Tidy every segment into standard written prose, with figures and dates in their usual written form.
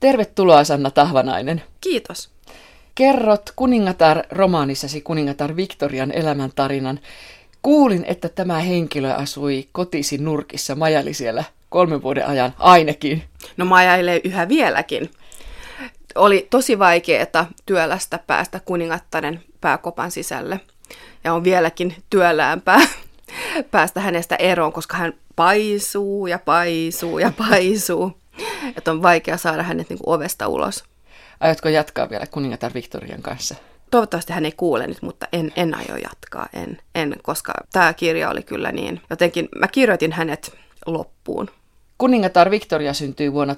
Tervetuloa Sanna Tahvanainen. Kiitos. Kerrot kuningatar-romaanissasi kuningatar Victorian elämäntarinan. Kuulin, että tämä henkilö asui kotisi nurkissa, majaili siellä 3 vuoden ajan ainakin. No majailee yhä vieläkin. Oli tosi vaikeaa työlästä päästä kuningattaren pääkopan sisälle. Ja on vieläkin työläämpää päästä hänestä eroon, koska hän paisuu ja paisuu ja paisuu. Että on vaikea saada hänet niin kuin ovesta ulos. Aiotko jatkaa vielä kuningatar Victorian kanssa? Toivottavasti hän ei kuule nyt, mutta en aio jatkaa. En, koska tämä kirja oli kyllä niin. Jotenkin mä kirjoitin hänet loppuun. Kuningatar Victoria syntyi vuonna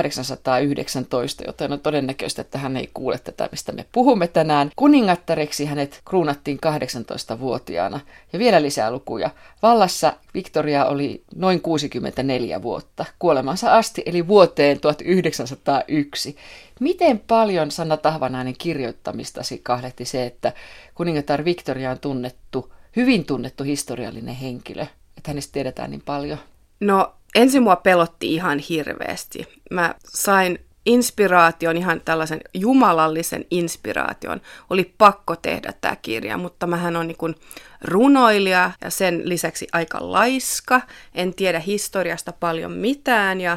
1819, joten on todennäköistä, että hän ei kuule tätä, mistä me puhumme tänään. Kuningattareksi hänet kruunattiin 18-vuotiaana. Ja vielä lisää lukuja. Vallassa Victoria oli noin 64 vuotta, kuolemansa asti, eli vuoteen 1901. Miten paljon, Sanna Tahvanainen, kirjoittamistasi kahlehti se, että kuningatar Victoria on hyvin tunnettu historiallinen henkilö, että hänestä tiedetään niin paljon? No ensin mua pelotti ihan hirveästi. Mä sain inspiraation, ihan tällaisen jumalallisen inspiraation. Oli pakko tehdä tämä kirja, mutta mähän on niin kuin runoilija ja sen lisäksi aika laiska. En tiedä historiasta paljon mitään ja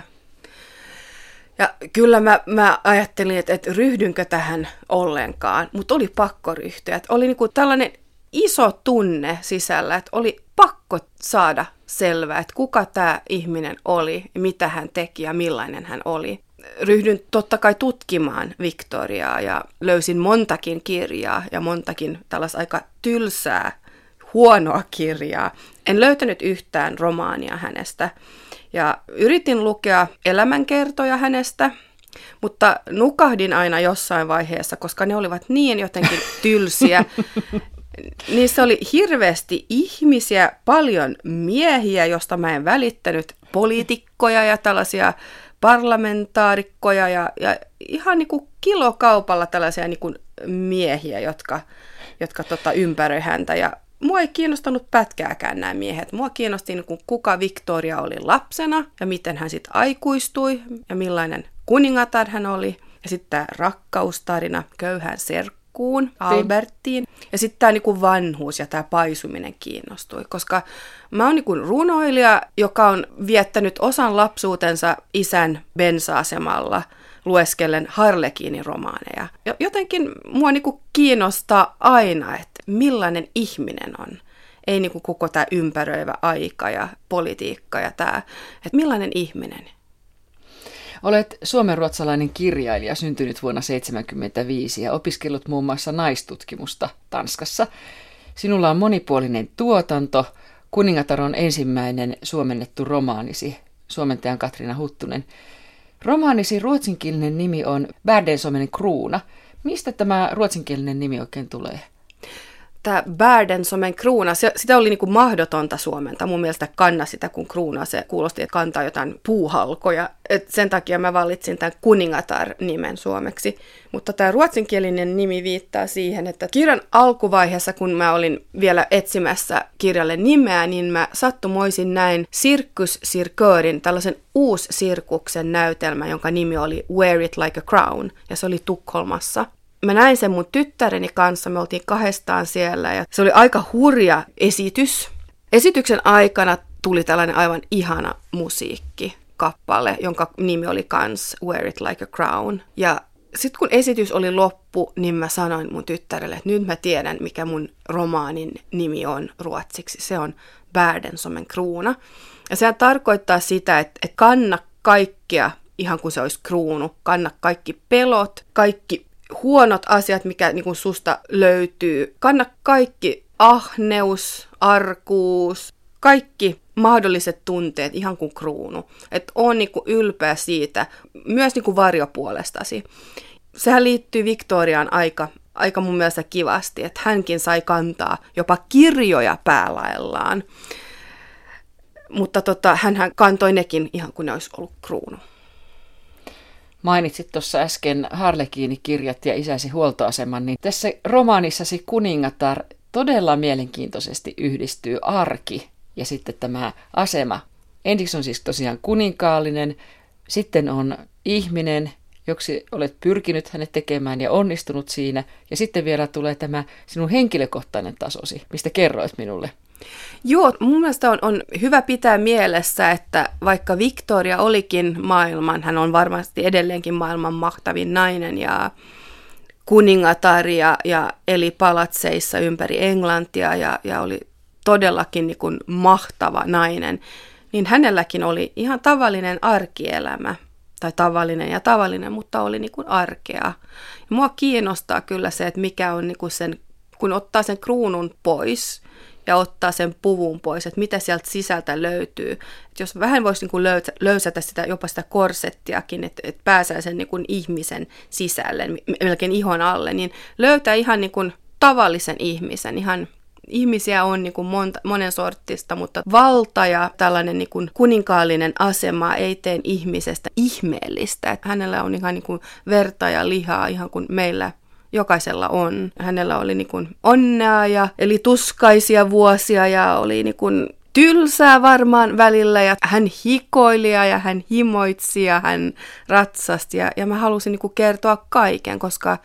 kyllä mä ajattelin, että ryhdynkö tähän ollenkaan, mutta oli pakko ryhtyä. Että oli niin kuin tällainen iso tunne sisällä, että oli pakko saada selvää, että kuka tämä ihminen oli, mitä hän teki ja millainen hän oli. Ryhdyin totta kai tutkimaan Victoriaa ja löysin montakin kirjaa ja montakin tällaista aika tylsää, huonoa kirjaa. En löytänyt yhtään romaania hänestä ja yritin lukea elämänkertoja hänestä, mutta nukahdin aina jossain vaiheessa, koska ne olivat niin jotenkin tylsiä. Niissä oli hirveästi ihmisiä, paljon miehiä, josta mä en välittänyt, poliitikkoja ja tällaisia parlamentaarikkoja ja ihan niin kuin kilokaupalla tällaisia niin kuin miehiä, jotka ympäröi häntä. Ja mua ei kiinnostanut pätkääkään nämä miehet. Mua kiinnosti, niin kuin kuka Victoria oli lapsena ja miten hän sitten aikuistui ja millainen kuningatar hän oli. Ja sitten tämä rakkaustarina köyhään serkkuun, Alberttiin. Ja sitten tämä niinku vanhuus ja tämä paisuminen kiinnostui, koska mä oon niinku runoilija, joka on viettänyt osan lapsuutensa isän bensa-asemalla lueskellen Harlekiinin romaaneja. Jotenkin mua niinku kiinnostaa aina, että millainen ihminen on. Ei niinku koko tämä ympäröivä aika ja politiikka ja tämä, että millainen ihminen. Olet suomenruotsalainen kirjailija, syntynyt vuonna 1975 ja opiskellut muun muassa naistutkimusta Tanskassa. Sinulla on monipuolinen tuotanto. Kuningatar on ensimmäinen suomennettu romaanisi, suomentajan Katriina Huttunen. Romaanisi ruotsinkielinen nimi on Värdensomen kruuna. Mistä tämä ruotsinkielinen nimi oikein tulee? Tämä Värdensomen kruuna, sitä oli niin kuin mahdotonta suomentaa. Mun mielestä kanna sitä kuin kruunaa. Se kuulosti, että kantaa jotain puuhalkoja. Et sen takia mä valitsin tämän kuningatar-nimen suomeksi. Mutta tämä ruotsinkielinen nimi viittaa siihen, että kirjan alkuvaiheessa, kun mä olin vielä etsimässä kirjalle nimeä, niin mä sattumoisin näin Cirkus Cirkörin, tällaisen uussirkuksen näytelmä, jonka nimi oli Wear It Like a Crown. Ja se oli Tukholmassa. Mä näin sen mun tyttäreni kanssa, me oltiin 2 siellä ja se oli aika hurja esitys. Esityksen aikana tuli tällainen aivan ihana musiikkikappale, jonka nimi oli kans Wear It Like a Crown. Ja sitten kun esitys oli loppu, niin mä sanoin mun tyttärelle, että nyt mä tiedän, mikä mun romaanin nimi on ruotsiksi. Se on Värdensomen kruuna. Ja sehän tarkoittaa sitä, että kanna kaikkea, ihan kuin se olisi kruunu. Kanna kaikki pelot, kaikki huonot asiat, mikä niin kuin susta löytyy. Kanna kaikki ahneus, arkuus, kaikki mahdolliset tunteet ihan kuin kruunu. Että on niin kuin ylpeä siitä, myös niin kuin varjopuolestasi. Sehän liittyy Victoriaan aika mun mielestä kivasti, että hänkin sai kantaa jopa kirjoja päälaellaan. Mutta hänhän kantoi nekin ihan kuin ne olisi ollut kruunu. Mainitsit tuossa äsken Harlekiini-kirjat ja isäsi huoltoaseman, niin tässä romaanissasi kuningatar todella mielenkiintoisesti yhdistyy arki ja sitten tämä asema. Ensiksi on siis tosiaan kuninkaallinen, sitten on ihminen joksi olet pyrkinyt hänet tekemään ja onnistunut siinä. Ja sitten vielä tulee tämä sinun henkilökohtainen tasosi, mistä kerroit minulle. Joo, mun mielestä on hyvä pitää mielessä, että vaikka Victoria olikin hän on varmasti edelleenkin maailman mahtavin nainen ja kuningatar ja eli palatseissa ympäri Englantia ja oli todellakin niin kuin mahtava nainen, niin hänelläkin oli ihan tavallinen arkielämä, tai tavallinen, mutta oli niin kuin arkea. Ja mua kiinnostaa kyllä se, että mikä on niin kuin kun ottaa sen kruunun pois ja ottaa sen puvun pois, että mitä sieltä sisältä löytyy. Et jos vähän voisi niin kuin löysätä jopa sitä korsettiakin, että pääsee sen niin kuin ihmisen sisälle, melkein ihon alle, niin löytää ihan niin kuin tavallisen ihmisen. Ihmisiä on niin kuin monen sorttista, mutta valta ja tällainen niin kuin kuninkaallinen asema ei tee ihmisestä ihmeellistä. Että hänellä on ihan niin kuin verta ja lihaa, ihan kuin meillä jokaisella on. Hänellä oli niin kuin onnea eli tuskaisia vuosia ja oli niin kuin tylsää varmaan välillä ja hän hikoili ja hän himoitsi ja hän ratsasti ja mä halusin niin kuin kertoa kaiken, koska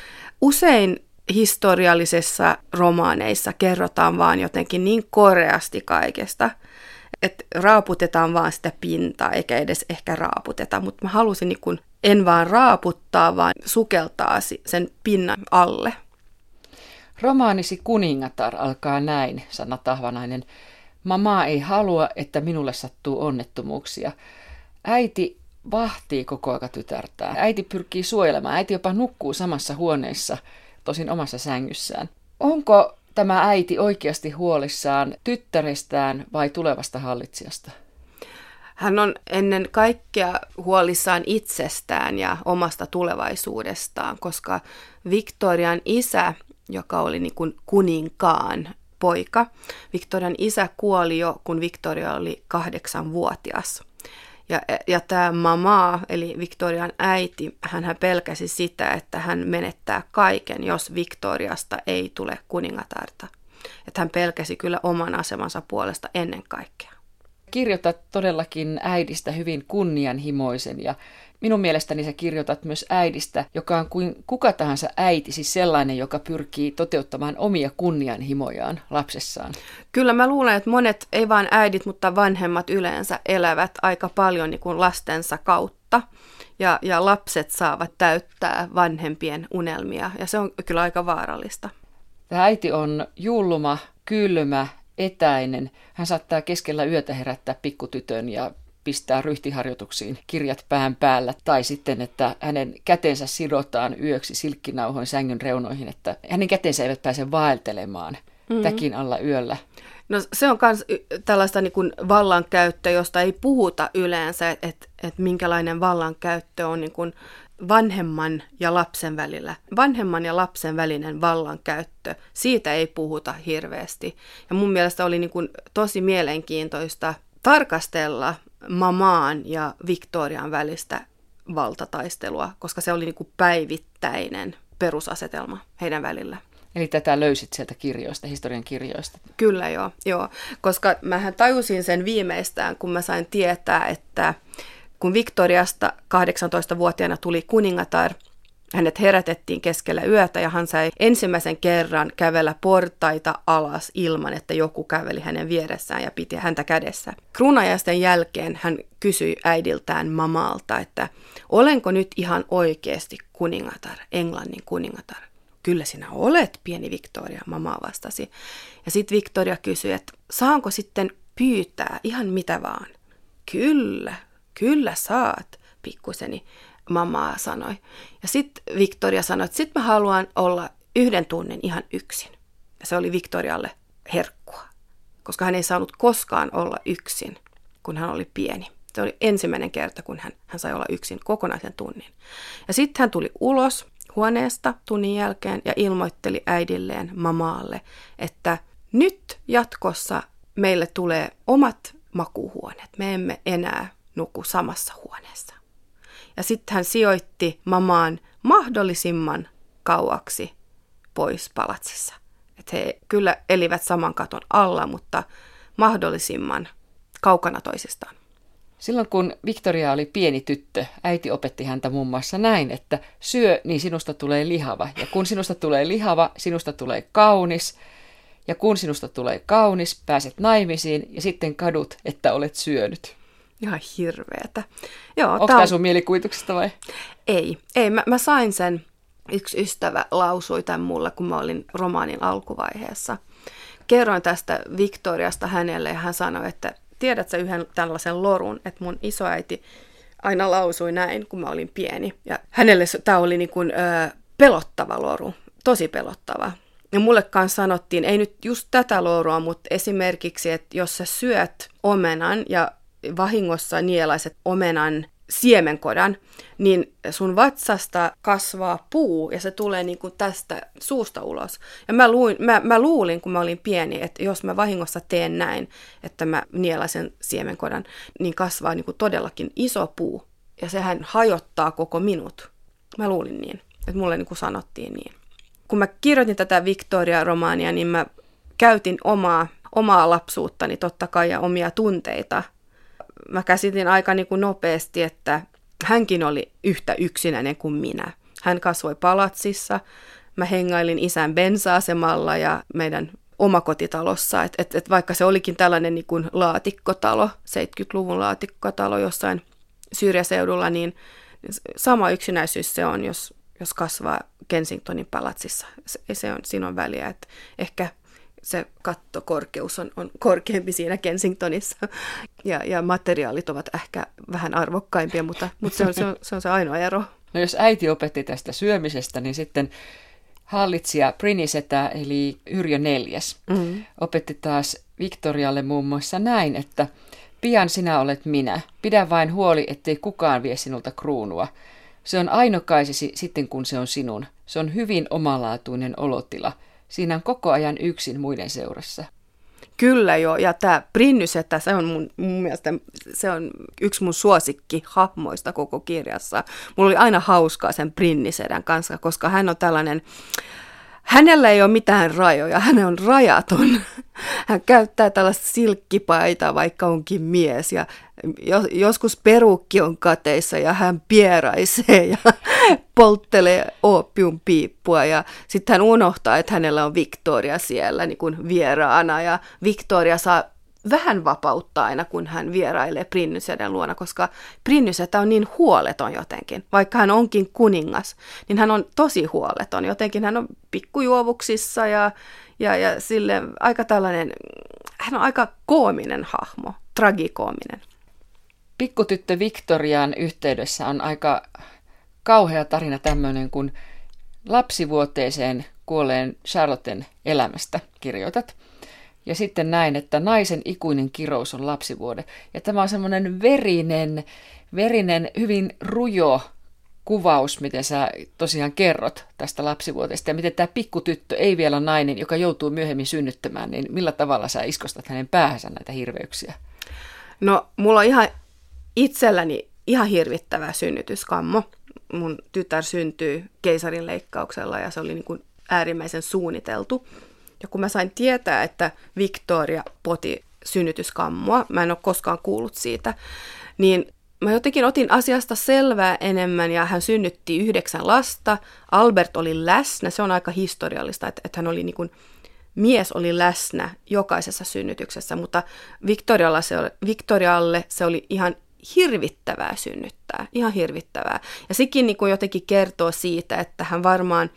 usein historiallisissa romaaneissa kerrotaan vaan jotenkin niin koreasti kaikesta, että raaputetaan vaan sitä pintaa, eikä edes ehkä raaputeta, mutta mä halusin niin kuin, en vaan raaputtaa, vaan sukeltaa sen pinnan alle. Romaanisi Kuningatar alkaa näin, Sanna Tahvanainen. Mama ei halua, että minulle sattuu onnettomuuksia. Äiti vahtii koko aika tytärtään. Äiti pyrkii suojelemaan. Äiti jopa nukkuu samassa huoneessa, tosin omassa sängyssään. Onko tämä äiti oikeasti huolissaan tyttärestään vai tulevasta hallitsijasta? Hän on ennen kaikkea huolissaan itsestään ja omasta tulevaisuudestaan, koska Victorian isä, joka oli niin kuin kuninkaan poika, Victorian isä kuoli jo, kun Victoria oli 8-vuotias. Ja tämä mama, eli Victorian äiti, hän pelkäsi sitä, että hän menettää kaiken, jos Victoriasta ei tule kuningatarta. Että hän pelkäsi kyllä oman asemansa puolesta ennen kaikkea. Kirjoitat todellakin äidistä hyvin kunnianhimoisen ja minun mielestäni sä kirjoitat myös äidistä, joka on kuin kuka tahansa äiti, siis sellainen, joka pyrkii toteuttamaan omia kunnianhimojaan lapsessaan. Kyllä mä luulen, että monet, ei vain äidit, mutta vanhemmat yleensä elävät aika paljon niin kuin lastensa kautta. Ja lapset saavat täyttää vanhempien unelmia ja se on kyllä aika vaarallista. Tämä äiti on julma, kylmä, etäinen. Hän saattaa keskellä yötä herättää pikkutytön ja pistää ryhtiharjoituksiin kirjat pään päällä. Tai sitten, että hänen kätensä sidotaan yöksi silkkinauhoin sängyn reunoihin, että hänen kätensä eivät pääse vaeltelemaan täkin alla yöllä. No se on myös tällaista niin kuin vallankäyttöä, josta ei puhuta yleensä, että minkälainen vallankäyttö on niin kuin vanhemman ja lapsen välillä. Vanhemman ja lapsen välinen vallankäyttö, siitä ei puhuta hirveästi. Ja mun mielestä oli niin kuin tosi mielenkiintoista tarkastella mamaan ja Victorian välistä valtataistelua, koska se oli niin kuin päivittäinen perusasetelma heidän välillä. Eli tätä löysit sieltä kirjoista, historian kirjoista. Kyllä joo, koska mähän tajusin sen viimeistään, kun mä sain tietää, että kun Victoriasta 18-vuotiaana tuli kuningatar, hänet herätettiin keskellä yötä ja hän sai ensimmäisen kerran kävellä portaita alas ilman, että joku käveli hänen vieressään ja piti häntä kädessä. Kruunajaisten jälkeen hän kysyi äidiltään mamalta, että olenko nyt ihan oikeasti kuningatar, Englannin kuningatar? Kyllä sinä olet, pieni Victoria, mama vastasi. Ja sitten Victoria kysyi, että saanko sitten pyytää ihan mitä vaan? Kyllä saat, pikkuseni, mamma sanoi. Ja sitten Victoria sanoi, että sitten mä haluan olla 1 tunnin ihan yksin. Ja se oli Victorialle herkkua, koska hän ei saanut koskaan olla yksin, kun hän oli pieni. Se oli ensimmäinen kerta, kun hän sai olla yksin kokonaisen tunnin. Ja sitten hän tuli ulos huoneesta tunnin jälkeen ja ilmoitteli äidilleen mamaalle, että nyt jatkossa meille tulee omat makuuhuoneet. Me emme enää nuku samassa huoneessa. Ja sitten hän sijoitti mamaan mahdollisimman kauaksi pois palatsissa. Että he kyllä elivät saman katon alla, mutta mahdollisimman kaukana toisistaan. Silloin kun Victoria oli pieni tyttö, äiti opetti häntä muun muassa näin, että syö, niin sinusta tulee lihava. Ja kun sinusta tulee lihava, sinusta tulee kaunis. Ja kun sinusta tulee kaunis, pääset naimisiin ja sitten kadut, että olet syönyt. Ihan hirveetä. Onko tämä sun mielikuvituksesta vai? Ei. Mä sain sen, yksi ystävä lausui tämän mulle, kun mä olin romaanin alkuvaiheessa. Kerroin tästä Victoriasta hänelle ja hän sanoi, että tiedätkö yhden tällaisen lorun, että mun isoäiti aina lausui näin, kun mä olin pieni. Ja hänelle tämä oli niin kuin, pelottava loru, tosi pelottava. Ja mulle kanssa sanottiin, ei nyt just tätä lorua, mutta esimerkiksi, että jos sä syöt omenan ja vahingossa nielaiset omenan siemenkodan, niin sun vatsasta kasvaa puu ja se tulee niin kuin tästä suusta ulos. Ja mä luulin, kun mä olin pieni, että jos mä vahingossa teen näin, että mä nielaisen siemenkodan, niin kasvaa niin kuin todellakin iso puu. Ja sehän hajottaa koko minut. Mä luulin niin, että mulle niin kuin sanottiin niin. Kun mä kirjoitin tätä Victoria-romaania, niin mä käytin omaa lapsuuttani totta kai ja omia tunteita. Mä käsitin aika niin kuin nopeasti, että hänkin oli yhtä yksinäinen kuin minä. Hän kasvoi palatsissa, mä hengailin isän bensa-asemalla ja meidän omakotitalossa. Et vaikka se olikin tällainen niin kuin laatikkotalo, 70-luvun laatikkotalo jossain syrjäseudulla, niin sama yksinäisyys se on, jos kasvaa Kensingtonin palatsissa. Siinä on väliä, että ehkä se kattokorkeus on korkeampi siinä Kensingtonissa ja materiaalit ovat ehkä vähän arvokkaimpia, mutta se on se ainoa ero. No jos äiti opetti tästä syömisestä, niin sitten hallitsija Prinisetä eli Yrjö IV opetti taas Victorialle muun muassa näin, että pian sinä olet minä, pidä vain huoli, ettei kukaan vie sinulta kruunua. Se on ainokaisesi sitten kun se on sinun. Se on hyvin omalaatuinen olotila. Siinä on koko ajan yksin muiden seurassa. Kyllä jo, ja tämä Prinnysetä, se on mun mielestä se on yksi mun suosikkihahmoista koko kirjassa. Mulla oli aina hauskaa sen Prinnisedän kanssa, koska hän on tällainen, hänellä ei ole mitään rajoja, hän on rajaton. Hän käyttää tällaista silkkipaitaa, vaikka onkin mies, ja joskus perukki on kateissa, ja hän pieraisee ja polttelee oopiumpiippua, ja sitten hän unohtaa, että hänellä on Victoria siellä niin kuin vieraana, ja Victoria saa vähän vapauttaa aina, kun hän vierailee Prinnyseden luona, koska Prinnysetä on niin huoleton jotenkin. Vaikka hän onkin kuningas, niin hän on tosi huoleton. Jotenkin hän on pikkujuovuksissa ja sille aika tällainen, hän on aika koominen hahmo, tragikoominen. Pikkutyttö Victoriaan yhteydessä on aika kauhea tarina tämmöinen, kun lapsivuoteeseen kuolleen Charlotten elämästä kirjoitat. Ja sitten näin, että naisen ikuinen kirous on lapsivuode. Ja tämä on semmoinen verinen, hyvin rujo kuvaus, miten sä tosiaan kerrot tästä lapsivuoteesta. Ja miten tämä pikkutyttö, ei vielä nainen, joka joutuu myöhemmin synnyttämään, niin millä tavalla sä iskostat hänen päähänsä näitä hirveyksiä? No, mulla on itselläni ihan hirvittävä synnytyskammo. Mun tytär syntyi keisarin leikkauksella ja se oli niin kuin äärimmäisen suunniteltu. Ja kun mä sain tietää, että Victoria poti synnytyskammoa, mä en ole koskaan kuullut siitä, niin mä jotenkin otin asiasta selvää enemmän ja hän synnytti 9 lasta. Albert oli läsnä, se on aika historiallista, että hän oli niin kuin, mies oli läsnä jokaisessa synnytyksessä, mutta Victorialle se oli ihan hirvittävää synnyttää, ihan hirvittävää. Ja sekin niin kuin jotenkin kertoo siitä, että hän varmaan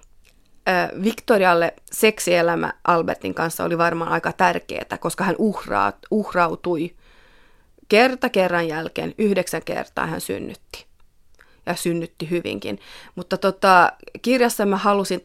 Victorialle seksielämä Albertin kanssa oli varmaan aika tärkeää, koska hän uhrautui kerran jälkeen, 9 kertaa hän synnytti. Ja synnytti hyvinkin. Mutta kirjassa mä halusin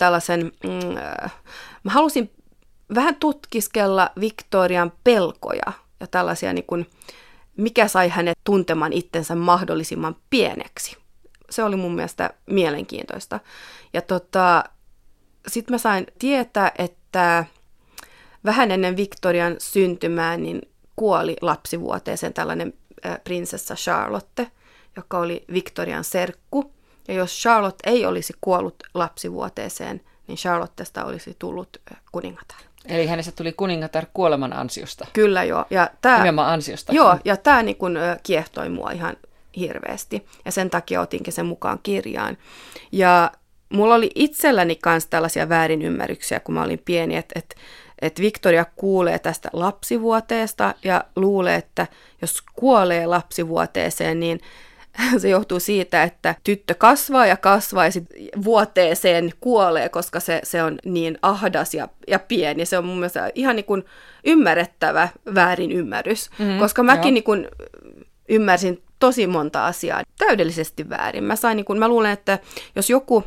mä halusin vähän tutkiskella Victorian pelkoja ja tällaisia, niin kuin, mikä sai hänet tuntemaan itsensä mahdollisimman pieneksi. Se oli mun mielestä mielenkiintoista. Ja sitten mä sain tietää, että vähän ennen Victorian syntymää niin kuoli lapsivuoteeseen tällainen prinsessa Charlotte, joka oli Victorian serkku. Ja jos Charlotte ei olisi kuollut lapsivuoteeseen, niin Charlottesta olisi tullut kuningatar. Eli hänestä tuli kuningatar kuoleman ansiosta. Kyllä joo. Ja nimenomaan ansiosta. Joo, ja tämä niin kun kiehtoi mua ihan hirveästi. Ja sen takia otinkin sen mukaan kirjaan. Ja mulla oli itselläni myös tällaisia väärinymmärryksiä, kun mä olin pieni, että Victoria kuulee tästä lapsivuoteesta ja luulee, että jos kuolee lapsivuoteeseen, niin se johtuu siitä, että tyttö kasvaa ja sitten vuoteeseen kuolee, koska se on niin ahdas ja pieni. Se on mun mielestä ihan niin kuin ymmärrettävä väärinymmärrys, koska mäkin niin kuin ymmärsin tosi monta asiaa täydellisesti väärin. Mä luulen, että jos joku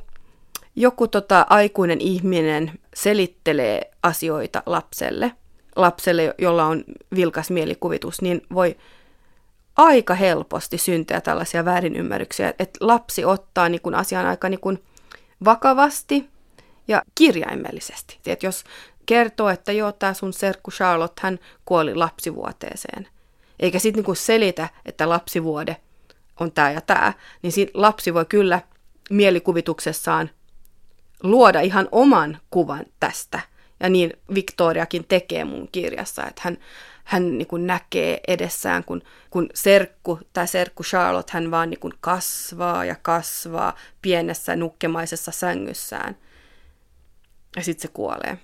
aikuinen ihminen selittelee asioita lapselle, jolla on vilkas mielikuvitus, niin voi aika helposti syntyä tällaisia väärinymmärryksiä, että lapsi ottaa niin kuin asian aika niin kuin vakavasti ja kirjaimellisesti. Et jos kertoo, että joo, tämä sun serkku Charlotte, hän kuoli lapsivuoteeseen, eikä sitten niin kuin selitä, että lapsivuode on tämä ja tämä, niin lapsi voi kyllä mielikuvituksessaan luoda ihan oman kuvan tästä. Ja niin Victoriakin tekee mun kirjassa, että hän niin kuin näkee edessään, kun serkku Charlotte, hän vaan niin kuin kasvaa ja kasvaa pienessä nukkemaisessa sängyssään. Ja sitten se kuolee.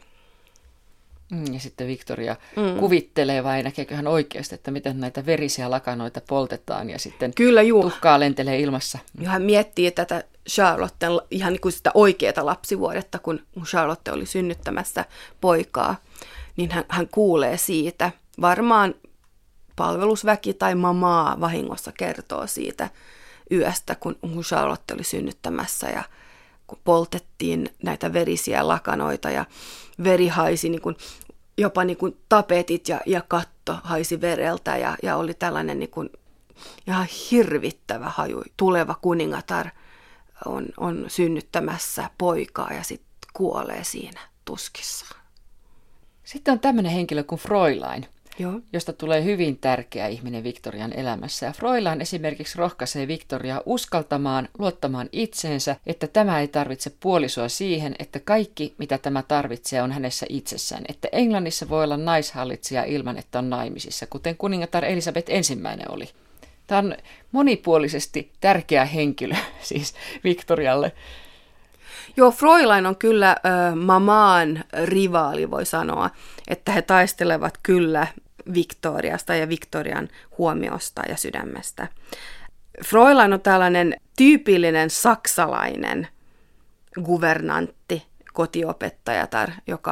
Ja sitten Victoria kuvittelee vai näkeekö hän oikeasti, että miten näitä verisiä lakanoita poltetaan ja sitten kyllä, tuhkaa lentelee ilmassa. Ja hän miettii tätä Charlotten ihan niin kuin sitä oikeaa lapsivuodetta, kun Charlotte oli synnyttämässä poikaa, niin hän kuulee siitä. Varmaan palvelusväki tai mamaa vahingossa kertoo siitä yöstä, kun Charlotte oli synnyttämässä ja kun poltettiin näitä verisiä lakanoita ja veri haisi jopa tapetit ja katto haisi vereltä ja oli tällainen ihan hirvittävä haju. Tuleva kuningatar on synnyttämässä poikaa ja sitten kuolee siinä tuskissaan. Sitten on tämmöinen henkilö kuin Fräulein, josta tulee hyvin tärkeä ihminen Victorian elämässä. Ja Fräulein esimerkiksi rohkaisee Victoriaa uskaltamaan, luottamaan itseensä, että tämä ei tarvitse puolisoa siihen, että kaikki mitä tämä tarvitsee on hänessä itsessään. Että Englannissa voi olla naishallitsija ilman, että on naimisissa, kuten kuningatar Elisabeth I oli. Tämä on monipuolisesti tärkeä henkilö siis Victorialle. Joo, Fräulein on kyllä mamaan rivaali, voi sanoa, että he taistelevat kyllä Victoriasta ja Victorian huomiosta ja sydämestä. Fräulein on tällainen tyypillinen saksalainen guvernantti, kotiopettajatar,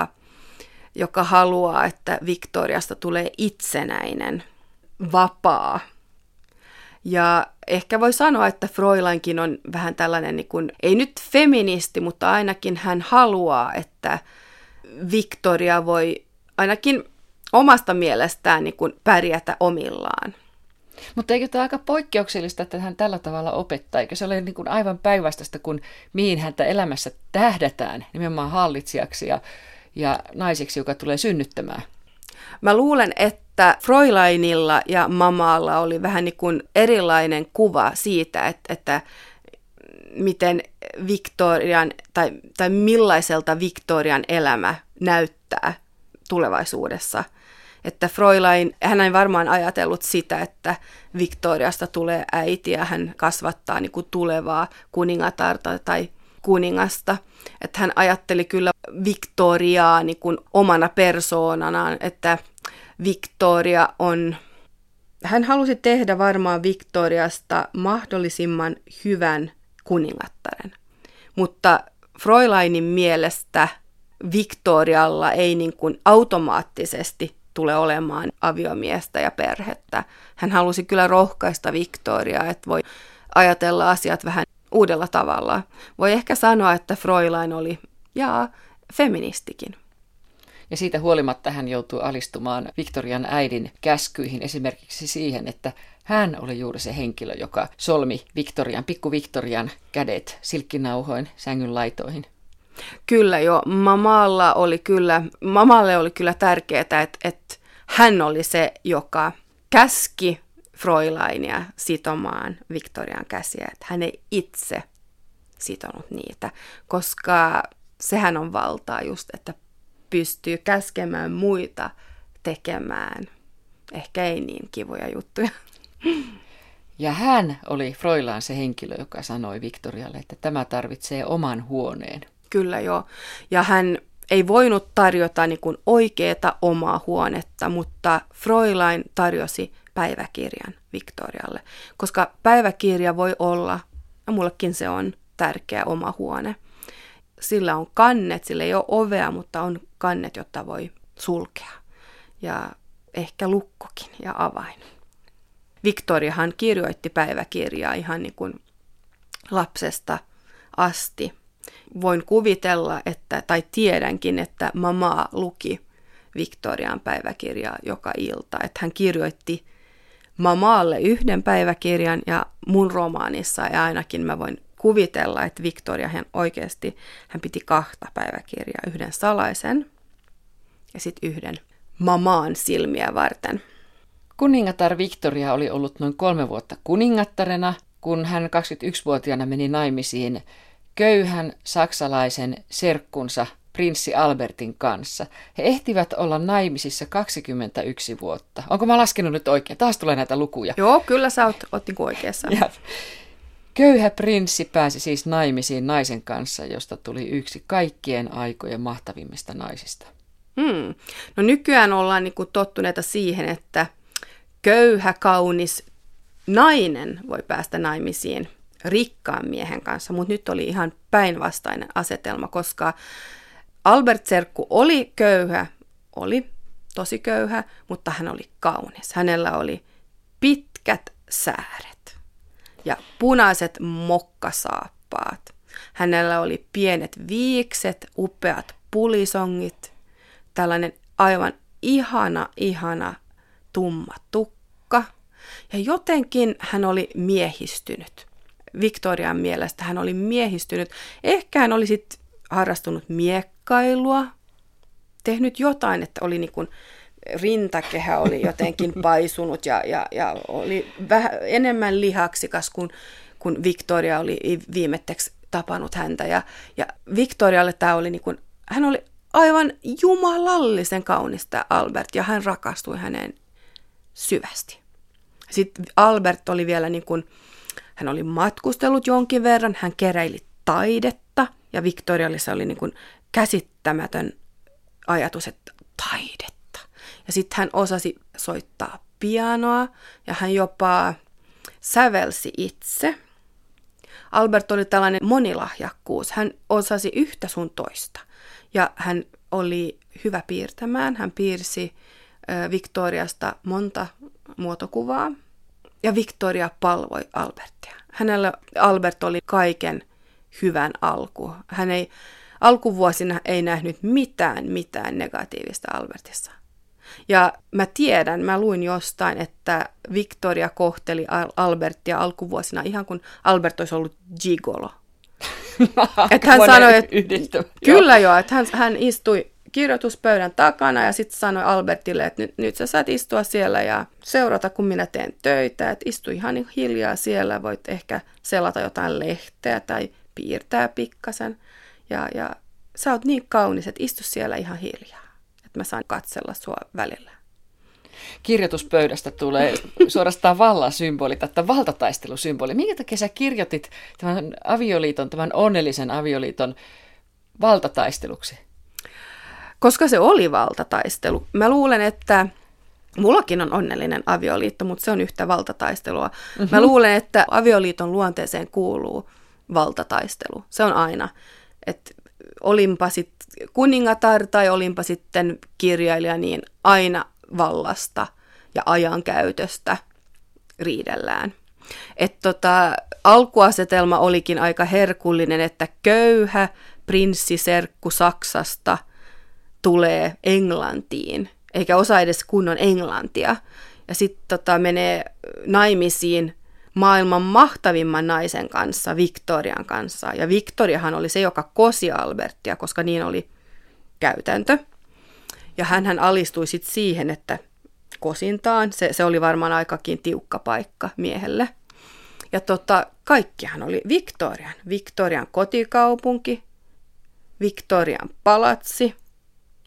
joka haluaa, että Victoriasta tulee itsenäinen, vapaa. Ja ehkä voi sanoa, että Fräuleinkin on vähän tällainen, ei nyt feministi, mutta ainakin hän haluaa, että Victoria voi ainakin omasta mielestään pärjätä omillaan. Mutta eikö tämä aika poikkeuksellista, että hän tällä tavalla opettaa? Eikö se ole aivan päinvastaista kuin mihin häntä elämässä tähdätään, nimenomaan hallitsijaksi ja naiseksi, joka tulee synnyttämään? Mä luulen, että Fräuleinilla ja mamalla oli vähän erilainen kuva siitä, että miten Victorian tai millaiselta Victorian elämä näyttää tulevaisuudessa. Että Fräulein, hän ei varmaan ajatellut sitä, että Victoriasta tulee äiti ja hän kasvattaa tulevaa kuningatarta tai kuningasta. Että hän ajatteli kyllä Victoriaa omana persoonanaan, että Victoria on... Hän halusi tehdä varmaan Victoriasta mahdollisimman hyvän kuningattaren. Mutta Fräuleinin mielestä Victorialla ei automaattisesti tule olemaan aviomiestä ja perhettä. Hän halusi kyllä rohkaista Victoriaa, että voi ajatella asiat vähän uudella tavalla. Voi ehkä sanoa, että Fräulein oli feministikin. Ja siitä huolimatta hän joutuu alistumaan Victorian äidin käskyihin esimerkiksi siihen, että hän oli juuri se henkilö, joka solmi pikku Victorian kädet silkkinauhoin sängyn laitoihin. Kyllä jo, mamalle oli kyllä tärkeää, että hän oli se, joka käski Fräuleinia sitomaan Victorian käsiä, että hän ei itse sitonut niitä, koska sehän on valtaa just, että pystyy käskemään muita tekemään ehkä ei niin kivoja juttuja. Ja hän oli Froilan se henkilö, joka sanoi Victorialle, että tämä tarvitsee oman huoneen. Kyllä joo. Ja hän ei voinut tarjota niin kuin oikeaa omaa huonetta, mutta Fräulein tarjosi päiväkirjan Victorialle, koska päiväkirja voi olla, ja mullekin se on tärkeä oma huone. Sillä on kannet, sillä ei ole ovea, mutta on kannet, jotta voi sulkea. Ja ehkä lukkokin ja avain. Victoriahan kirjoitti päiväkirjaa ihan niin kuin lapsesta asti. Voin kuvitella, tai tiedänkin, että mama luki Victorian päiväkirjaa joka ilta. Että hän kirjoitti mamaalle yhden päiväkirjan ja mun romaanissa, ja ainakin mä voin kuvitella, että Victoria hän piti 2 päiväkirjaa, yhden salaisen ja sitten yhden mamaan silmiä varten. Kuningatar Victoria oli ollut noin 3 vuotta kuningattarena, kun hän 21-vuotiaana meni naimisiin köyhän saksalaisen serkkunsa prinssi Albertin kanssa. He ehtivät olla naimisissa 21 vuotta. Onko mä laskenut nyt oikein? Taas tulee näitä lukuja. Joo, kyllä sä oot niin oikeassa. Ja köyhä prinssi pääsi siis naimisiin naisen kanssa, josta tuli yksi kaikkien aikojen mahtavimmista naisista. No nykyään ollaan niin kuin tottuneita siihen, että köyhä, kaunis nainen voi päästä naimisiin rikkaan miehen kanssa, mutta nyt oli ihan päinvastainen asetelma, koska Albert Serkku oli köyhä, oli tosi köyhä, mutta hän oli kaunis. Hänellä oli pitkät sääret ja punaiset mokkasaappaat. Hänellä oli pienet viikset, upeat pulisongit, tällainen aivan ihana tumma tukka. Ja jotenkin hän oli miehistynyt. Victorian mielestä hän oli miehistynyt. Ehkä hän oli sitten harrastunut miekkailua, tehnyt jotain, että oli niin kuin rintakehä oli jotenkin paisunut ja oli vähän enemmän lihaksikas kun Victoria oli viimetteeksi tapannut häntä. Ja Victorialle tämä oli niin kuin, hän oli aivan jumalallisen kaunista Albert ja hän rakastui häneen syvästi. Sitten Albert oli vielä niin kuin, hän oli matkustellut jonkin verran, hän keräili taidetta ja Victorialle se oli niin kuin käsittämätön ajatus, että taidetta. Ja sitten hän osasi soittaa pianoa ja hän jopa sävelsi itse. Albert oli tällainen monilahjakkuus. Hän osasi yhtä sun toista. Ja hän oli hyvä piirtämään. Hän piirsi Victoriasta monta muotokuvaa. Ja Victoria palvoi Albertia. Hänellä Albert oli kaiken hyvän alku. Hän ei alkuvuosina ei nähnyt mitään negatiivista Albertissa. Ja mä luin jostain, että Victoria kohteli Albertia alkuvuosina ihan kuin Albert olisi ollut gigolo. Että hän sanoi, että kyllä joo, että hän istui kirjoituspöydän takana ja sitten sanoi Albertille, että nyt sä saat istua siellä ja seurata, kun minä teen töitä. Että istu ihan hiljaa siellä, voit ehkä selata jotain lehteä tai piirtää pikkasen. Ja sä oot niin kaunis, että istu siellä ihan hiljaa, että mä saan katsella sua välillä. Kirjoituspöydästä tulee suorastaan vallan symboli, tai valtataistelusymboli. Minkä takia sä kirjoitit tämän avioliiton, tämän onnellisen avioliiton valtataisteluksi? Koska se oli valtataistelu. Mä luulen, että mullakin on onnellinen avioliitto, mutta se on yhtä valtataistelua. Mä luulen, että avioliiton luonteeseen kuuluu valtataistelu. Se on aina, että olinpa sitten kuningatar tai olinpa sitten kirjailija, niin aina vallasta ja ajankäytöstä riidellään. Alkuasetelma olikin aika herkullinen, että köyhä prinssiserkku Saksasta tulee Englantiin, eikä osaa edes kunnon englantia. Ja sitten menee naimisiin maailman mahtavimman naisen kanssa, Victorian kanssa. Ja Victoriahan oli se, joka kosi Albertia, koska niin oli käytäntö. Ja hän alistui sitten siihen, että kosintaan. Se oli varmaan aikakin tiukka paikka miehelle. Ja kaikkihan oli Victorian kotikaupunki, Victorian palatsi,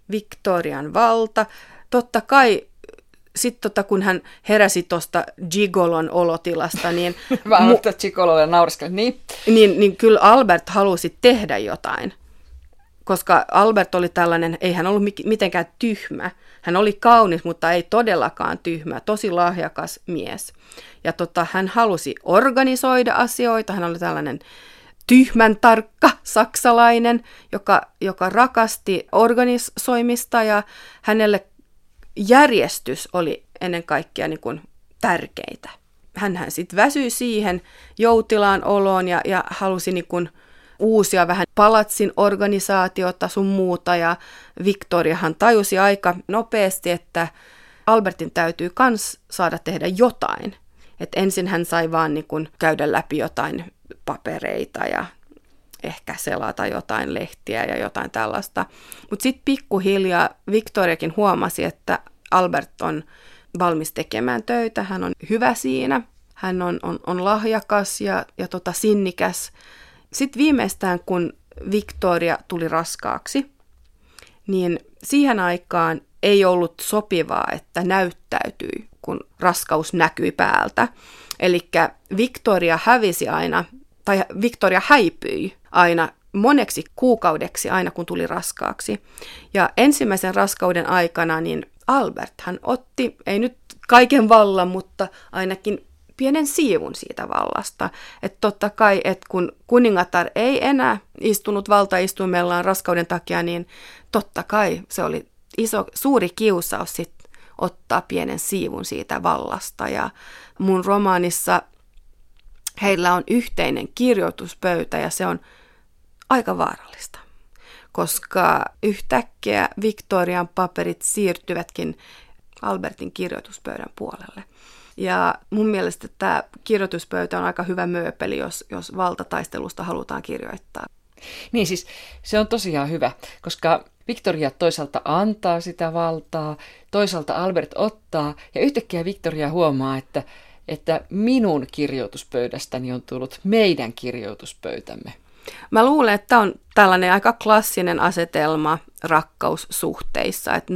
Victorian valta. Totta kai sitten kun hän heräsi tuosta gigolon olotilasta, niin, gigololle naureskeli, niin kyllä Albert halusi tehdä jotain. Koska Albert oli tällainen, ei hän ollut mitenkään tyhmä. Hän oli kaunis, mutta ei todellakaan tyhmä, tosi lahjakas mies. Ja hän halusi organisoida asioita, hän oli tällainen tyhmän tarkka saksalainen, joka rakasti organisoimista ja hänelle järjestys oli ennen kaikkea niin kuin tärkeitä. Hänhän sitten väsyi siihen joutilaan oloon ja halusi niin kuin uusia vähän palatsin organisaatiota sun muuta, ja Victoriahan tajusi aika nopeasti, että Albertin täytyy kans saada tehdä jotain. Et ensin hän sai vaan niin kun käydä läpi jotain papereita ja ehkä selata jotain lehtiä ja jotain tällaista. Mutta sitten pikkuhiljaa Victoriakin huomasi, että Albert on valmis tekemään töitä, hän on hyvä siinä, hän on lahjakas ja sinnikäs. Sitten viimeistään, kun Victoria tuli raskaaksi, niin siihen aikaan ei ollut sopivaa, että näyttäytyi, kun raskaus näkyi päältä. Eli Victoria hävisi aina, tai Victoria häipyi aina moneksi kuukaudeksi aina, kun tuli raskaaksi. Ja ensimmäisen raskauden aikana niin Albert hän otti, ei nyt kaiken vallan, mutta ainakin pienen siivun siitä vallasta. Että totta kai, että kun kuningatar ei enää istunut valtaistuimellaan raskauden takia, niin totta kai se oli suuri kiusaus sit ottaa pienen siivun siitä vallasta. Ja mun romaanissa heillä on yhteinen kirjoituspöytä ja se on aika vaarallista, koska yhtäkkiä Victorian paperit siirtyvätkin Albertin kirjoituspöydän puolelle. Ja mun mielestä tämä kirjoituspöytä on aika hyvä mööpeli, jos valtataistelusta halutaan kirjoittaa. Niin siis se on tosiaan hyvä, koska Victoria toisaalta antaa sitä valtaa, toisaalta Albert ottaa ja yhtäkkiä Victoria huomaa, että minun kirjoituspöydästäni on tullut meidän kirjoituspöytämme. Mä luulen, että tämä on tällainen aika klassinen asetelma rakkaussuhteissa, että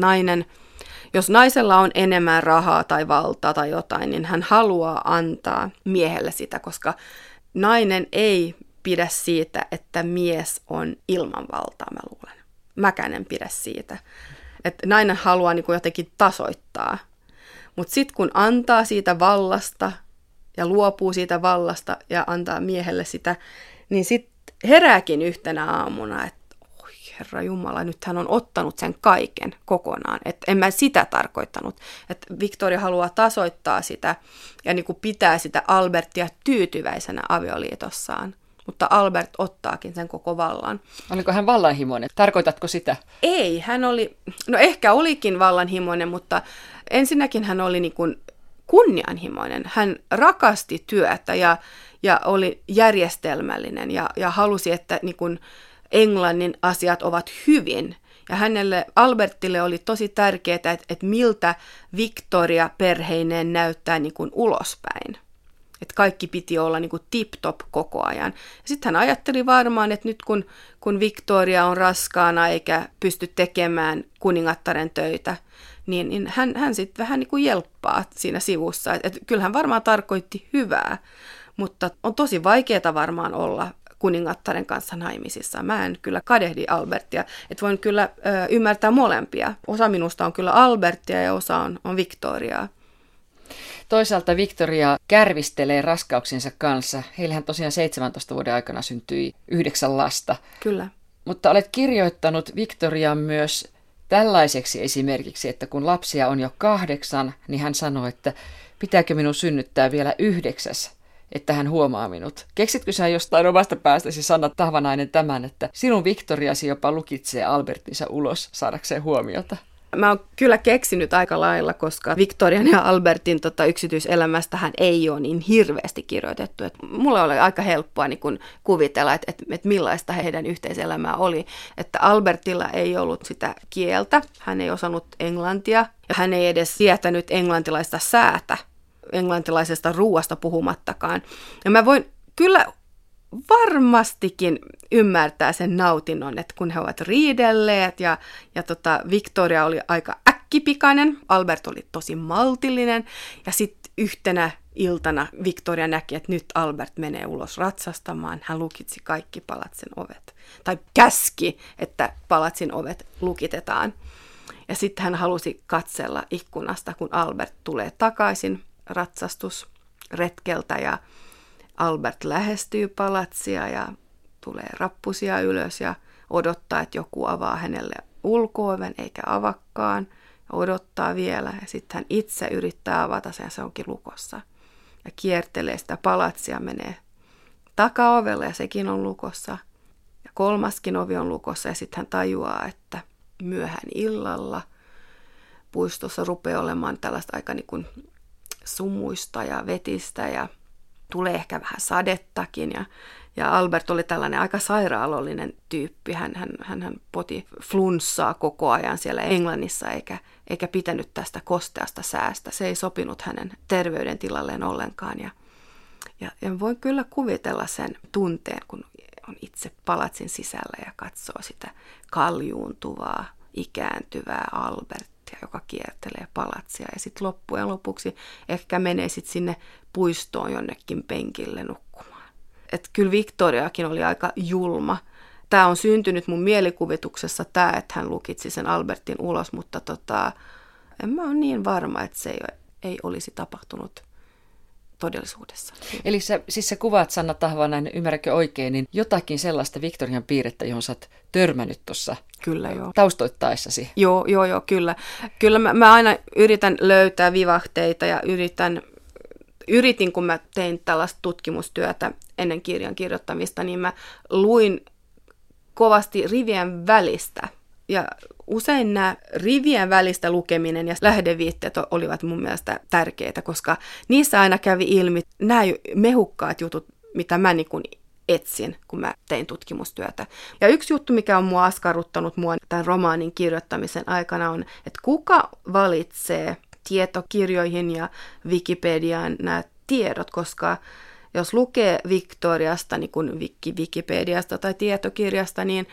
jos naisella on enemmän rahaa tai valtaa tai jotain, niin hän haluaa antaa miehelle sitä, koska nainen ei pidä siitä, että mies on ilman valtaa, mä luulen. Mäkään en pidä siitä. Että nainen haluaa niin kuin jotenkin tasoittaa. Mutta sitten kun antaa siitä vallasta ja luopuu siitä vallasta ja antaa miehelle sitä, niin sitten herääkin yhtenä aamuna, että Herra Jumala, nyt hän on ottanut sen kaiken kokonaan. Että en mä sitä tarkoittanut. Että Victoria haluaa tasoittaa sitä ja niin kuin pitää sitä Albertia tyytyväisenä avioliitossaan. Mutta Albert ottaakin sen koko vallan. Oliko hän vallanhimoinen? Tarkoitatko sitä? Ei, hän oli, no ehkä olikin vallanhimoinen, mutta ensinnäkin hän oli niin kuin kunnianhimoinen. Hän rakasti työtä ja oli järjestelmällinen ja halusi, että niin kuin Englannin asiat ovat hyvin. Ja hänelle, Albertille oli tosi tärkeää, että miltä Victoria perheineen näyttää niin kuin ulospäin. Että kaikki piti olla niin kuin tip-top koko ajan. Sitten hän ajatteli varmaan, että nyt kun Victoria on raskaana eikä pysty tekemään kuningattaren töitä, niin hän sitten vähän niin kuin jelppaa siinä sivussa. Että kyllähän varmaan tarkoitti hyvää, mutta on tosi vaikeaa varmaan olla kuningattaren kanssa naimisissa. Mä en kyllä kadehdi Albertia, että voin kyllä ymmärtää molempia. Osa minusta on kyllä Albertia ja osa on Victoriaa. Toisaalta Victoria kärvistelee raskauksinsa kanssa. Heillähän tosiaan 17 vuoden aikana syntyi 9 lasta. Kyllä. Mutta olet kirjoittanut Victorian myös tällaiseksi esimerkiksi, että kun lapsia on jo 8, niin hän sanoo, että pitääkö minun synnyttää vielä 9, että hän huomaa minut. Keksitkö sä jostain omasta päästäsi, Sanna Tahvanainen, tämän, että sinun Victoriasi jopa lukitsee Albertinsa ulos saadakseen huomiota? Mä oon kyllä keksinyt aika lailla, koska Victorian ja Albertin yksityiselämästähän ei ole niin hirveästi kirjoitettu. Et mulle oli aika helppoa niin kun kuvitella, että millaista heidän yhteiselämää oli. Että Albertilla ei ollut sitä kieltä, hän ei osannut englantia ja hän ei edes sietänyt englantilaista säätä, englantilaisesta ruuasta puhumattakaan. Ja mä voin kyllä varmastikin ymmärtää sen nautinnon, että kun he ovat riidelleet ja Victoria oli aika äkkipikainen, Albert oli tosi maltillinen ja sitten yhtenä iltana Victoria näki, että nyt Albert menee ulos ratsastamaan. Hän lukitsi kaikki palatsin ovet. Tai käski, että palatsin ovet lukitetaan. Ja sitten hän halusi katsella ikkunasta, kun Albert tulee takaisin ratsastusretkeltä. Ja Albert lähestyy palatsia ja tulee rappusia ylös ja odottaa, että joku avaa hänelle ulko-oven eikä avakkaan. Odottaa vielä ja sitten hän itse yrittää avata sen, se onkin lukossa. Ja kiertelee sitä palatsia, menee takaovelle ja sekin on lukossa. Ja kolmaskin ovi on lukossa ja sitten hän tajuaa, että myöhään illalla puistossa rupeaa olemaan tällaista aika niin kuin sumuista ja vetistä ja tulee ehkä vähän sadettakin. Ja Albert oli tällainen aika sairaalollinen tyyppi. Hän poti flunssaa koko ajan siellä Englannissa eikä pitänyt tästä kosteasta säästä. Se ei sopinut hänen terveydentilalleen ollenkaan. Ja voin kyllä kuvitella sen tunteen, kun on itse palatsin sisällä ja katsoo sitä kaljuuntuvaa, ikääntyvää Albertia, joka kiertelee palatsia. Ja sitten loppujen lopuksi ehkä menee sitten sinne puistoon jonnekin penkille nukkumaan. Että kyllä Victoriakin oli aika julma. Tämä on syntynyt mun mielikuvituksessa tämä, että hän lukitsi sen Albertin ulos, mutta en mä ole niin varma, että se ei olisi tapahtunut todellisuudessa. Eli sä kuvaat, Sanna Tahvanainen, ymmärrätkö oikein, niin jotakin sellaista Victorian piirrettä, johon sä oot törmännyt tuossa taustoittaessasi. Joo, kyllä. Kyllä mä aina yritän löytää vivahteita ja yritin, kun mä tein tällaista tutkimustyötä ennen kirjan kirjoittamista, niin mä luin kovasti rivien välistä. Ja usein nämä rivien välistä lukeminen ja lähdeviitteet olivat mun mielestä tärkeitä, koska niissä aina kävi ilmi nämä mehukkaat jutut, mitä mä niin kuin etsin, kun mä tein tutkimustyötä. Ja yksi juttu, mikä on askarruttanut tämän romaanin kirjoittamisen aikana on, että kuka valitsee tietokirjoihin ja Wikipediaan nämä tiedot, koska jos lukee Victoriasta, niin kuin Wikipediasta tai tietokirjasta, niin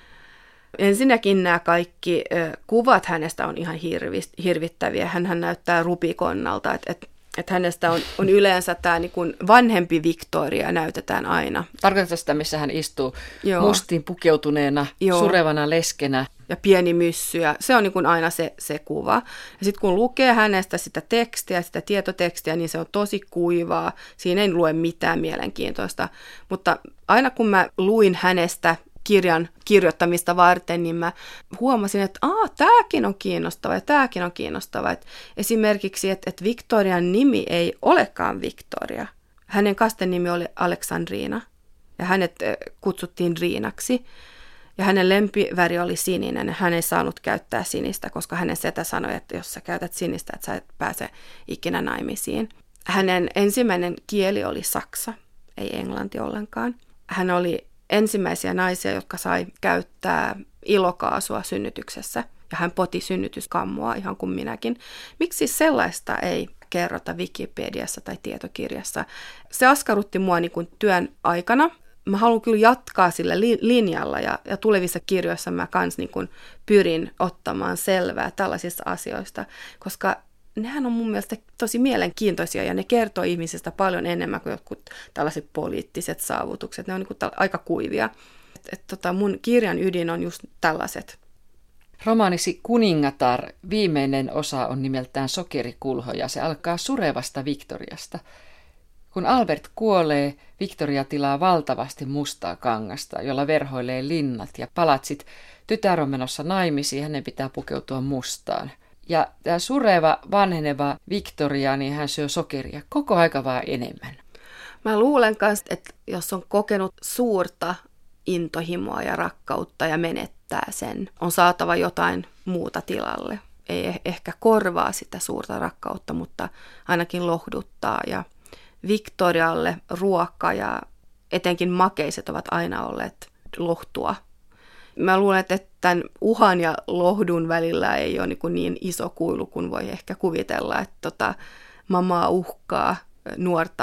ensinnäkin nämä kaikki kuvat hänestä on ihan hirvittäviä. Hänhän näyttää rupikonnalta, että hänestä on yleensä tämä niin kuin vanhempi Victoria näytetään aina. Tarkoitatko sitä, missä hän istuu mustiin pukeutuneena, surevana leskenä? Ja pieni myssy, ja se on niin kuin aina se kuva. Ja sitten kun lukee hänestä sitä tekstiä, sitä tietotekstiä, niin se on tosi kuivaa. Siinä ei lue mitään mielenkiintoista. Mutta aina kun mä luin hänestä kirjan kirjoittamista varten, niin mä huomasin, että tämäkin on kiinnostava ja tämäkin on kiinnostava. Et esimerkiksi, että Victorian nimi ei olekaan Victoria. Hänen kastenimi oli Aleksandriina ja hänet kutsuttiin Riinaksi. Ja hänen lempiväri oli sininen. Hän ei saanut käyttää sinistä, koska hänen setä sanoi, että jos sä käytät sinistä, että sä et pääse ikinä naimisiin. Hänen ensimmäinen kieli oli saksa, ei englanti ollenkaan. Hän oli ensimmäisiä naisia, jotka sai käyttää ilokaasua synnytyksessä. Ja hän poti synnytyskammoa ihan kuin minäkin. Miksi sellaista ei kerrota Wikipediassa tai tietokirjassa? Se askarrutti mua niin kuin työn aikana. Mä haluan kyllä jatkaa sillä linjalla ja tulevissa kirjoissa mä kans niin kuin pyrin ottamaan selvää tällaisista asioista, koska nehän on mun mielestä tosi mielenkiintoisia ja ne kertoo ihmisistä paljon enemmän kuin jotkut tällaiset poliittiset saavutukset. Ne on niin kuin aika kuivia. Mun kirjan ydin on just tällaiset. Romaanisi Kuningatar viimeinen osa on nimeltään Sokerikulho ja se alkaa surevasta Victoriasta. Kun Albert kuolee, Victoria tilaa valtavasti mustaa kangasta, jolla verhoilee linnat ja palatsit. Tytär on menossa naimisiin, hänen pitää pukeutua mustaan. Ja tämä sureva, vanheneva Victoria, niin hän syö sokeria koko aika vaan enemmän. Mä luulen myös, että jos on kokenut suurta intohimoa ja rakkautta ja menettää sen, on saatava jotain muuta tilalle. Ei ehkä korvaa sitä suurta rakkautta, mutta ainakin lohduttaa. Ja Victorialle ruoka ja etenkin makeiset ovat aina olleet lohtua. Mä luulen, että tämän uhan ja lohdun välillä ei ole niin iso kuilu kuin voi ehkä kuvitella, että mamaa uhkaa nuorta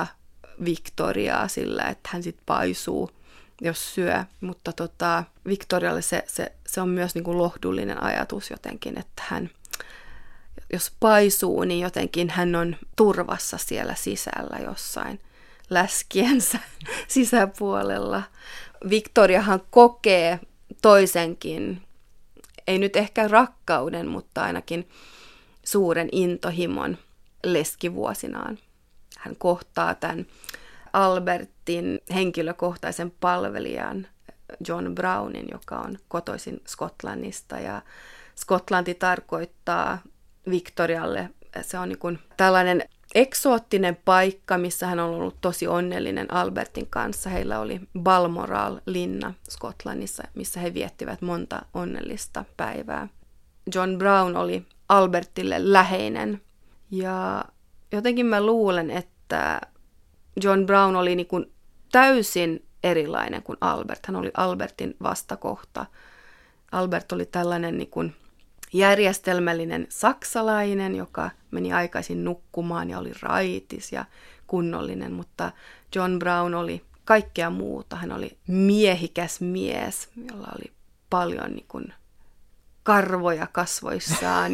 Victoriaa sillä, että hän sitten paisuu, jos syö. Mutta Victorialle se on myös niin kuin lohdullinen ajatus jotenkin, että hän, jos paisuu, niin jotenkin hän on turvassa siellä sisällä jossain läskiensä sisäpuolella. Victoriahan kokee toisenkin, ei nyt ehkä rakkauden, mutta ainakin suuren intohimon leskivuosinaan. Hän kohtaa tämän Albertin henkilökohtaisen palvelijan John Brownin, joka on kotoisin Skotlannista. Ja Skotlanti tarkoittaa Victorialle, se on niin kuin tällainen eksoottinen paikka, missä hän on ollut tosi onnellinen Albertin kanssa. Heillä oli Balmoral-linna Skotlannissa, missä he viettivät monta onnellista päivää. John Brown oli Albertille läheinen ja jotenkin mä luulen, että John Brown oli niin kuin täysin erilainen kuin Albert. Hän oli Albertin vastakohta. Albert oli tällainen niin kuin järjestelmällinen saksalainen, joka meni aikaisin nukkumaan ja oli raitis ja kunnollinen, mutta John Brown oli kaikkea muuta. Hän oli miehikäs mies, jolla oli paljon niin kuin karvoja kasvoissaan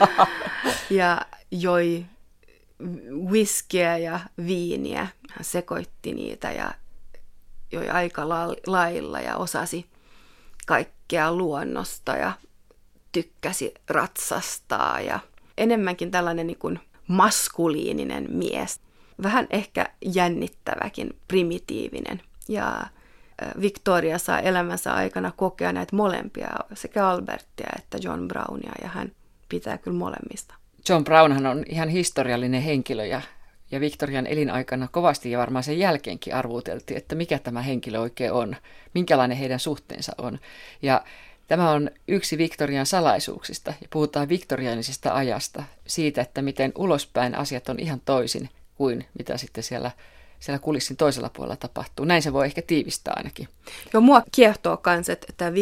ja joi whiskyä ja viiniä. Hän sekoitti niitä ja joi aika lailla ja osasi kaikkea luonnosta ja tykkäsi ratsastaa ja enemmänkin tällainen niin kuin maskuliininen mies. Vähän ehkä jännittäväkin, primitiivinen. Ja Victoria saa elämänsä aikana kokea näitä molempia, sekä Albertia että John Brownia, ja hän pitää kyllä molemmista. John Brownhan on ihan historiallinen henkilö, ja Victorian elinaikana kovasti ja varmaan sen jälkeenkin arvuuteltiin, että mikä tämä henkilö oikein on, minkälainen heidän suhteensa on. Ja tämä on yksi Victorian salaisuuksista, ja puhutaan viktoriaanisesta ajasta, siitä, että miten ulospäin asiat on ihan toisin kuin mitä sitten siellä kulissin toisella puolella tapahtuu. Näin se voi ehkä tiivistää ainakin. Joo, mua kiehtoo myös, että tämä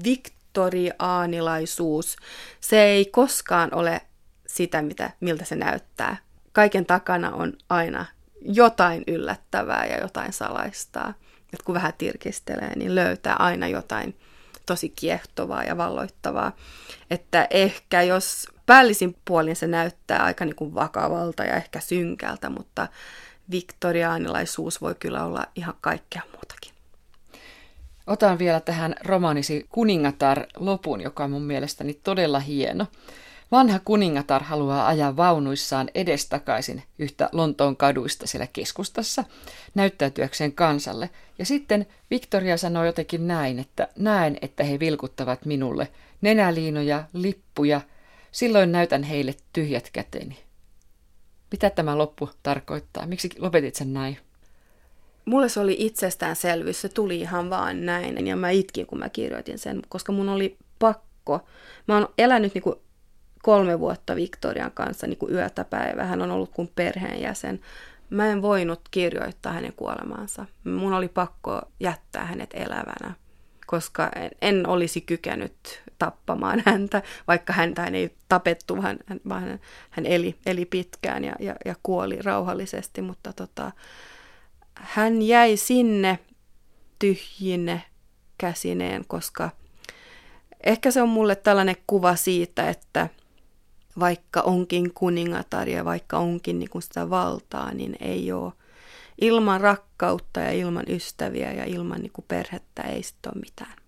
viktoriaanilaisuus, se ei koskaan ole sitä, miltä se näyttää. Kaiken takana on aina jotain yllättävää ja jotain salaistaa. Et kun vähän tirkistelee, niin löytää aina jotain tosi kiehtovaa ja valloittavaa. Että ehkä jos päällisin puolin se näyttää aika niin kuin vakavalta ja ehkä synkältä, mutta viktoriaanilaisuus voi kyllä olla ihan kaikkea muutakin. Otan vielä tähän romaanisi Kuningatar lopun, joka on mun mielestäni todella hieno. Vanha kuningatar haluaa ajaa vaunuissaan edestakaisin yhtä Lontoon kaduista siellä keskustassa näyttäytyäkseen kansalle. Ja sitten Victoria sanoo jotenkin näin, että näen, että he vilkuttavat minulle nenäliinoja, lippuja, silloin näytän heille tyhjät käteni. Mitä tämä loppu tarkoittaa? Miksi lopetit sen näin? Mulle se oli itsestäänselvyys, se tuli ihan vaan näin. Ja mä itkin, kun mä kirjoitin sen, koska mun oli pakko. Mä oon elänyt niin kuin 3 vuotta Victorian kanssa niin kuin yötä päivää. Hän on ollut kuin perheenjäsen. Mä en voinut kirjoittaa hänen kuolemaansa. Mun oli pakko jättää hänet elävänä, koska en olisi kykenyt tappamaan häntä, vaikka häntä ei tapettu, vaan hän eli pitkään ja kuoli rauhallisesti, mutta hän jäi sinne tyhjine käsineen, koska ehkä se on mulle tällainen kuva siitä, että vaikka onkin kuningatar ja vaikka onkin niin kuin sitä valtaa, niin ei ole ilman rakkautta ja ilman ystäviä ja ilman niin kuin perhettä ei sitten ole mitään.